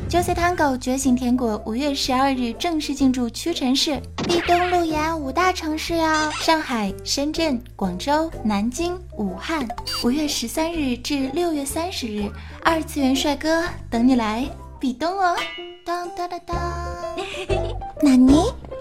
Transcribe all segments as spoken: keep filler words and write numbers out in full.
Juicy Tango 觉醒甜果五月十二日正式进驻屈臣氏，壁咚路演五大城市呀，上海、深圳、广州、南京、武汉。五月十三日至六月三十日，二次元帅哥等你来壁咚哦！当当当当，纳尼？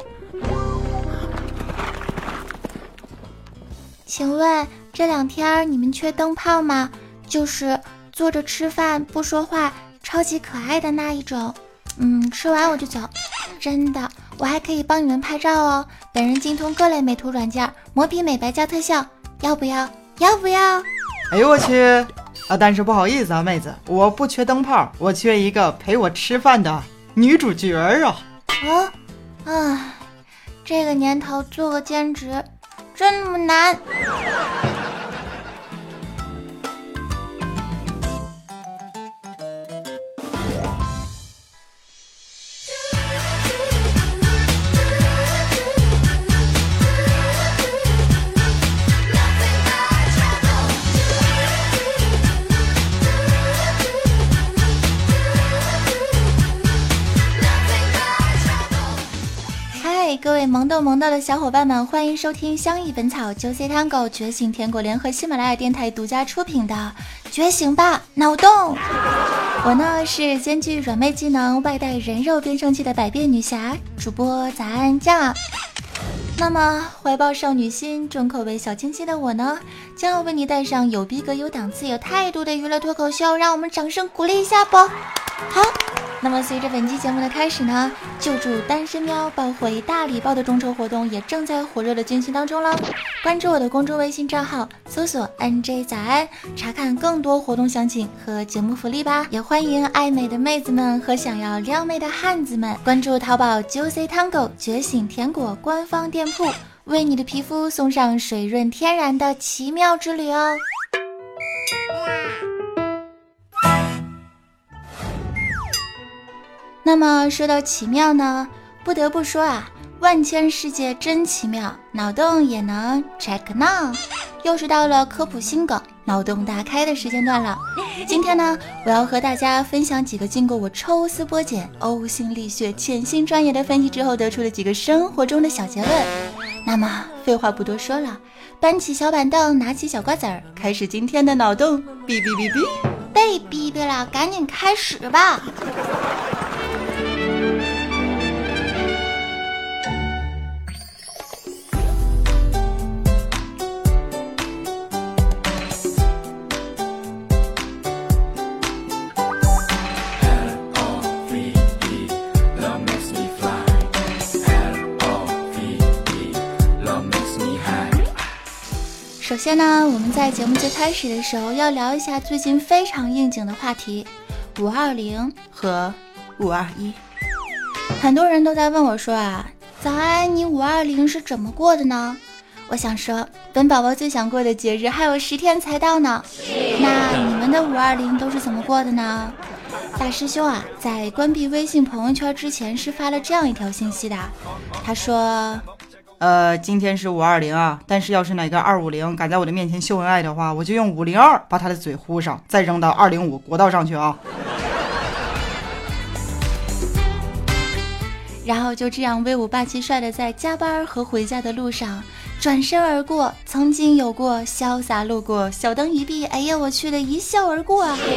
请问这两天你们缺灯泡吗？就是坐着吃饭不说话，超级可爱的那一种。嗯，吃完我就走。真的，我还可以帮你们拍照哦。本人精通各类美图软件，磨皮美白加特效，要不要？要不要？ 哎呦我去啊！但是不好意思啊，妹子，我不缺灯泡，我缺一个陪我吃饭的女主角啊。 哦，唉，这个年头做个兼职真那么难。各位萌豆萌豆的小伙伴们，欢迎收听香芋本草 Juicy Tango 觉醒甜果联合喜马拉雅电台独家出品的觉醒吧脑洞。我呢是兼具软妹技能外带人肉变声器的百变女侠主播早安酱。那么怀抱少女心重口味小清新的我呢，将要为你带上有逼格有档次有态度的娱乐脱口秀，让我们掌声鼓励一下不好。那么随着本期节目的开始呢，救助单身喵抱回大礼包的众筹活动也正在火热的进行当中了。关注我的公众微信账号，搜索 N J 早安，查看更多活动详情和节目福利吧。也欢迎爱美的妹子们和想要撩妹的汉子们关注淘宝 Juicy Tango 觉醒甜果官方店铺，为你的皮肤送上水润天然的奇妙之旅哦。那么说到奇妙呢，不得不说啊，万千世界真奇妙，脑洞也能 check now。又是到了科普新梗脑洞大开的时间段了。今天呢，我要和大家分享几个经过我抽丝剥茧、呕心沥血、潜心专业的分析之后得出的几个生活中的小结论。那么废话不多说了，搬起小板凳，拿起小瓜子儿，开始今天的脑洞。哔哔哔哔，被哔哔了，赶紧开始吧。首先呢，我们在节目最开始的时候要聊一下最近非常应景的话题五二零和五二一。很多人都在问我说啊，早安，你五二零是怎么过的呢？我想说，本宝宝最想过的节日还有十天才到呢。那你们的五二零都是怎么过的呢？大师兄啊，在关闭微信朋友圈之前是发了这样一条信息的，他说呃，今天是五二零啊，但是要是哪个二五零敢在我的面前秀恩爱的话，我就用五零二把他的嘴呼上，再扔到二零五国道上去啊。 然后就这样威武霸气帅的在加班和回家的路上转身而过，曾经有过潇洒路过，小灯一闭，哎呀我去的一笑而过啊。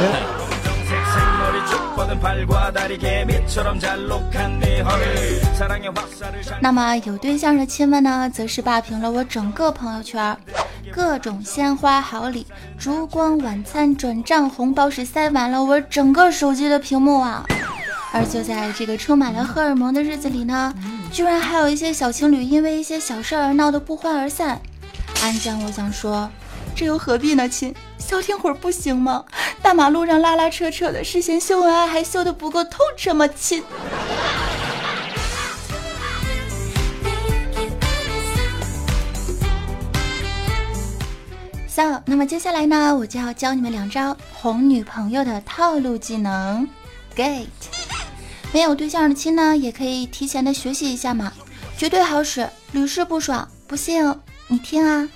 那么有对象的亲们呢，则是霸屏了我整个朋友圈，各种鲜花好礼、烛光晚餐、转账红包是塞满了我整个手机的屏幕啊。而就在这个充满了荷尔蒙的日子里呢，居然还有一些小情侣因为一些小事儿闹得不欢而散。安酱，我想说，这又何必呢亲，消停会儿不行吗？大马路上拉拉扯扯的，事先秀恩爱还秀得不够透彻吗亲？So, 那么接下来呢，我就要教你们两招哄女朋友的套路技能 Gate。 没有对象的亲呢，也可以提前的学习一下嘛，绝对好使，屡试不爽。不信你听啊。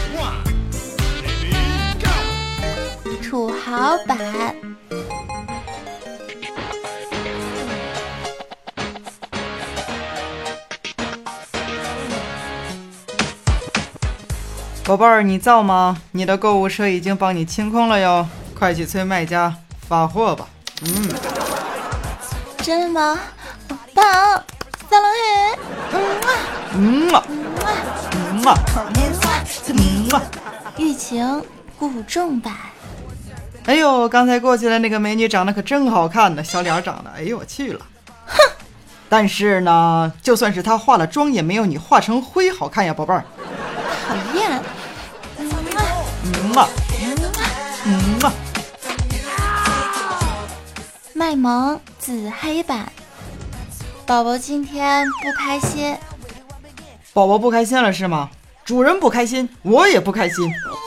土豪版， 宝贝儿，你造吗？你的购物车已经帮你清空了哟，快去催卖家发货吧。嗯， 真的吗？棒，三郎黑， 嗯啊，嗯啊，嗯啊， 欲擒故纵版。 哎呦，刚才过去的那个美女长得可真好看呢，小脸长得，哎呦我去了。哼！但是呢，就算是她化了妆，也没有你化成灰好看呀，宝贝儿。 讨厌。 嗯啊，嗯啊。 卖萌紫黑版。宝宝今天不开心。 宝宝不开心了是吗？主人不开心，我也不开心。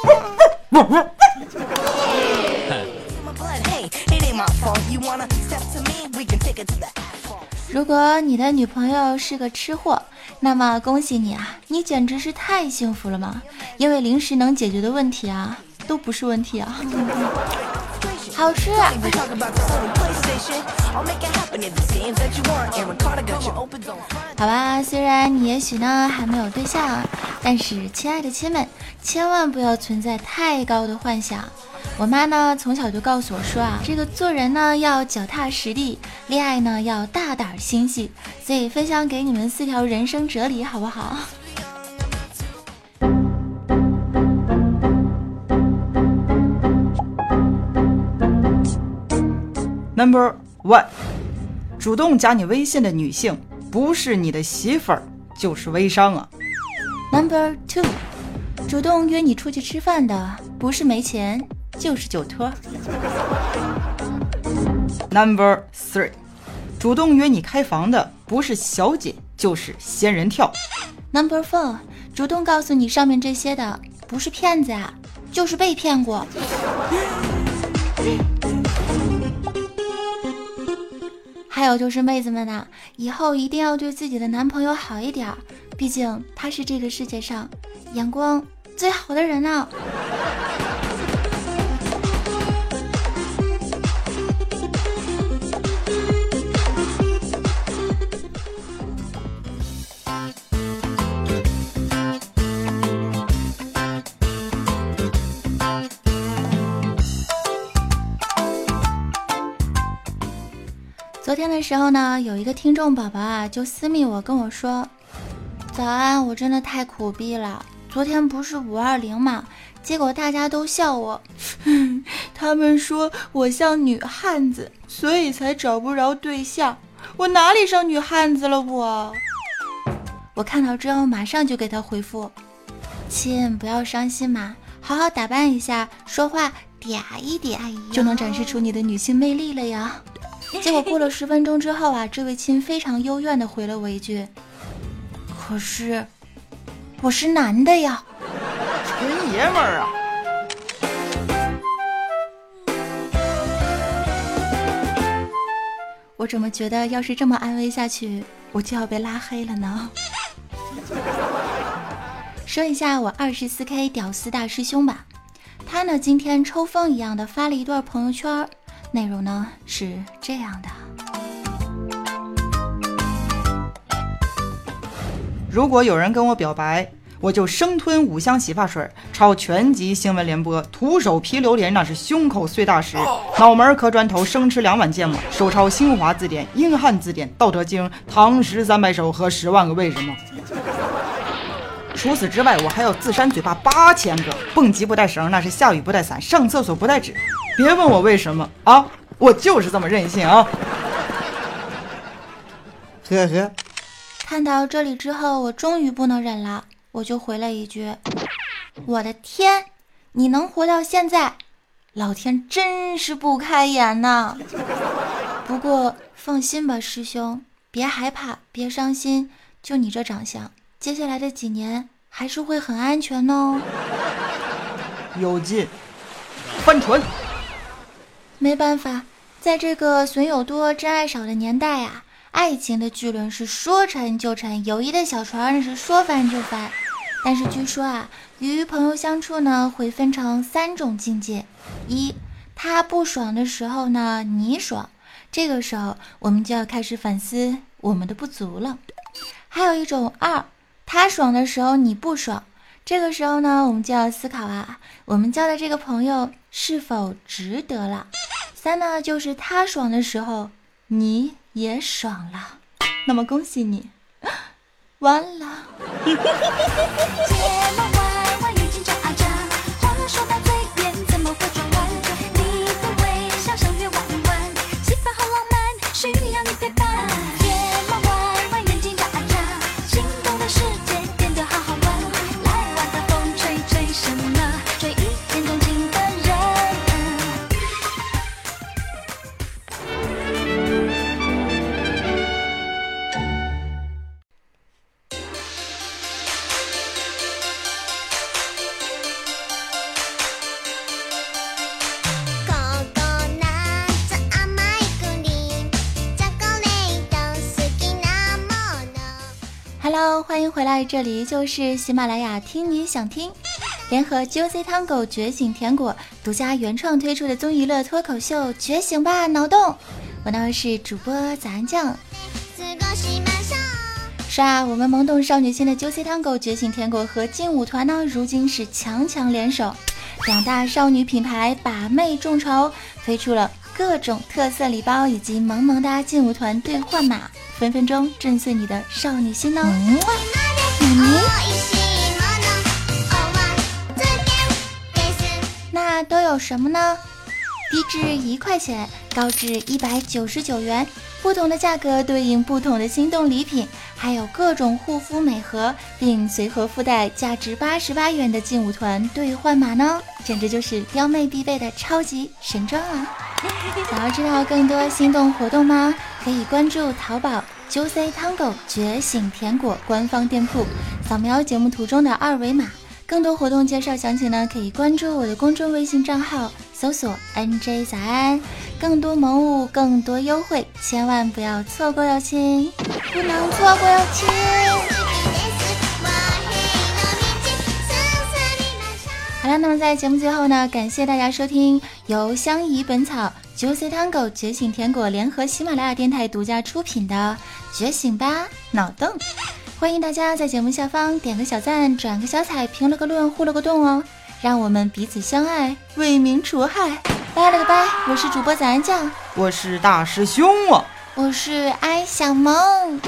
如果你的女朋友是个吃货，那么恭喜你啊，你简直是太幸福了嘛！因为零食能解决的问题啊，都不是问题啊。好吃。好吧，虽然你也许呢还没有对象，但是亲爱的亲们，千万不要存在太高的幻想。我妈呢从小就告诉我说啊，这个做人呢要脚踏实地，恋爱呢要大胆心细，所以分享给你们四条人生哲理好不好 ？Number one， 主动加你微信的女性，不是你的媳妇儿就是微商啊。 Number two， 主动约你出去吃饭的，不是没钱就是酒托。 Number three， 主动约你开房的不是小姐就是仙人跳。 Number four， 主动告诉你上面这些的不是骗子啊，就是被骗过。还有就是妹子们啊，以后一定要对自己的男朋友好一点，毕竟他是这个世界上眼光最好的人呢。昨天的时候呢，有一个听众宝宝啊，就私密我跟我说，早安，我真的太苦逼了，昨天不是五二零嘛，结果大家都笑我，他们说我像女汉子，所以才找不着对象，我哪里像女汉子了我？我看到之后马上就给他回复，亲，不要伤心嘛，好好打扮一下，说话嗲一嗲，就能展示出你的女性魅力了呀。结果过了十分钟之后啊，这位亲非常幽怨地回了我一句，可是我是男的呀。 纯爷们儿啊。 我怎么觉得要是这么安慰下去，我就要被拉黑了呢？说一下我 二十四 K 屌丝大师兄吧，他呢今天抽风一样的发了一段朋友圈，内容呢是这样的： 如果有人跟我表白，我就生吞五箱洗发水，抄全集新闻联播，徒手劈榴莲那是胸口碎大石，脑门磕砖头，生吃两碗芥末，手抄新华字典、英汉字典、道德经、唐诗三百首和十万个为什么。除此之外，我还有自扇嘴巴八千个，蹦极不带绳，那是下雨不带伞，上厕所不带纸。别问我为什么啊，我就是这么任性啊！呵呵。 看到这里之后，我终于不能忍了，我就回了一句：我的天，你能活到现在，老天真是不开眼呐！不过放心吧，师兄，别害怕，别伤心，就你这长相，接下来的几年还是会很安全哦。 有劲，翻船。 没办法，在这个损友多真爱少的年代啊，爱情的巨轮是说沉就沉，友谊的小船是说翻就翻。但是据说啊，与朋友相处呢，会分成三种境界：一，他不爽的时候呢，你爽，这个时候我们就要开始反思我们的不足了。还有一种二，他爽的时候你不爽， 这个时候呢，我们就要思考啊，我们交的这个朋友是否值得了。三呢，就是他爽的时候，你也爽了，那么恭喜你，完了。Hello， 欢迎回来，这里就是喜马拉雅听你想听，联合 Juicy Tango 觉醒甜果独家原创推出的综艺乐脱口秀觉醒吧脑洞，我呢是主播早安酱。是啊，我们萌动少女心的 Juicy Tango 觉醒甜果和劲舞团呢，如今是强强联手，两大少女品牌把妹众筹，推出了各种特色礼包以及萌萌哒劲舞团兑换码，分分钟震碎你的少女心哦。嗯嗯、那都有什么呢？低至一块钱，高至一百九十九元，不同的价格对应不同的心动礼品，还有各种护肤美盒，并随盒附带价值八十八元的劲舞团兑换码呢，简直就是撩妹必备的超级神装啊！想要知道更多心动活动吗？可以关注淘宝 Juicy Tango 觉醒甜果官方店铺，扫描节目图中的二维码。更多活动介绍详情呢，可以关注我的公众微信账号，搜索 N J 早安，更多萌物，更多优惠，千万不要错过哟亲，不能错过哟亲。好了，那么在节目最后呢，感谢大家收听由香怡本草 Juicy Tango 觉醒甜果联合喜马拉雅电台独家出品的觉醒吧脑洞，欢迎大家在节目下方点个小赞，转个小彩，评了个论，互了个动哦，让我们彼此相爱，为民除害。拜了个拜，我是主播早安酱， 我是大师兄啊， 我是爱小萌。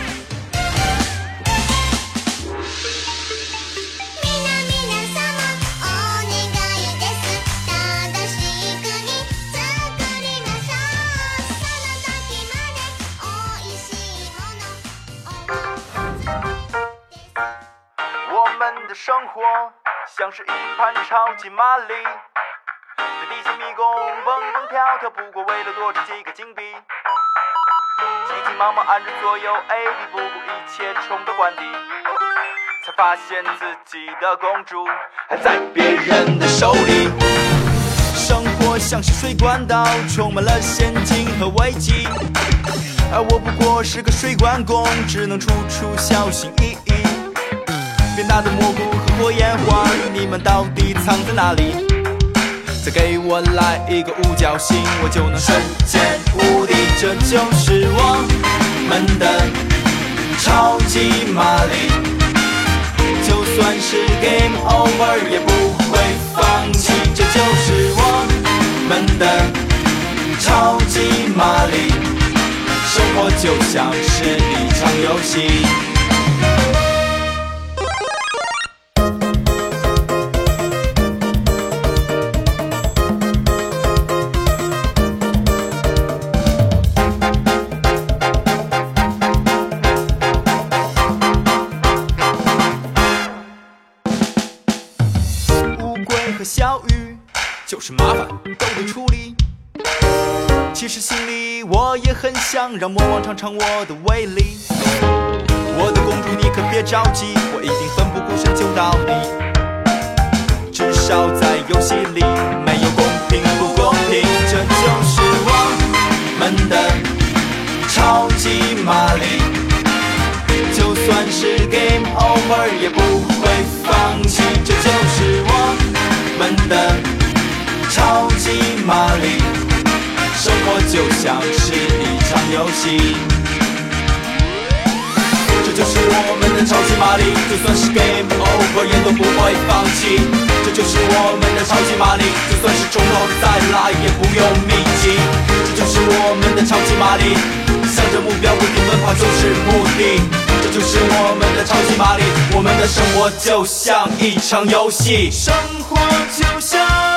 生活像是一盘超级玛丽，在地下迷宫蹦蹦跳跳，不过为了躲着几个金币，急急忙忙按着左右 A B， 不顾一切冲到关底，才发现自己的公主还在别人的手里。生活像是水管道，充满了陷阱和危机，而我不过是个水管工，只能处处小心翼翼。变大的蘑菇和火焰花，你们到底藏在哪里？再给我来一个五角星，我就能瞬间无敌。这就是我们的超级玛丽，就算是 game over 也不会放弃。这就是我们的超级玛丽，生活就像是一场游戏。小雨就是麻烦都得处理，其实心里我也很想让魔王尝尝我的威力。我的公主你可别着急，我一定奋不顾身救到你，至少在游戏里没有公平不公平。这就是我们的超级玛丽，就算是 game over 也不会放弃。这就是我们的超级玛丽，生活就像是一场游戏。 这就是我们的超级玛丽，就算是 game over 也都不会放弃。这就是我们的超级玛丽，就算是从头再来也不用秘籍。这就是我们的超级玛丽，向着目标不停奔跑就是目的。这就是我们的超级玛丽，我们的生活就像一场游戏，生活就像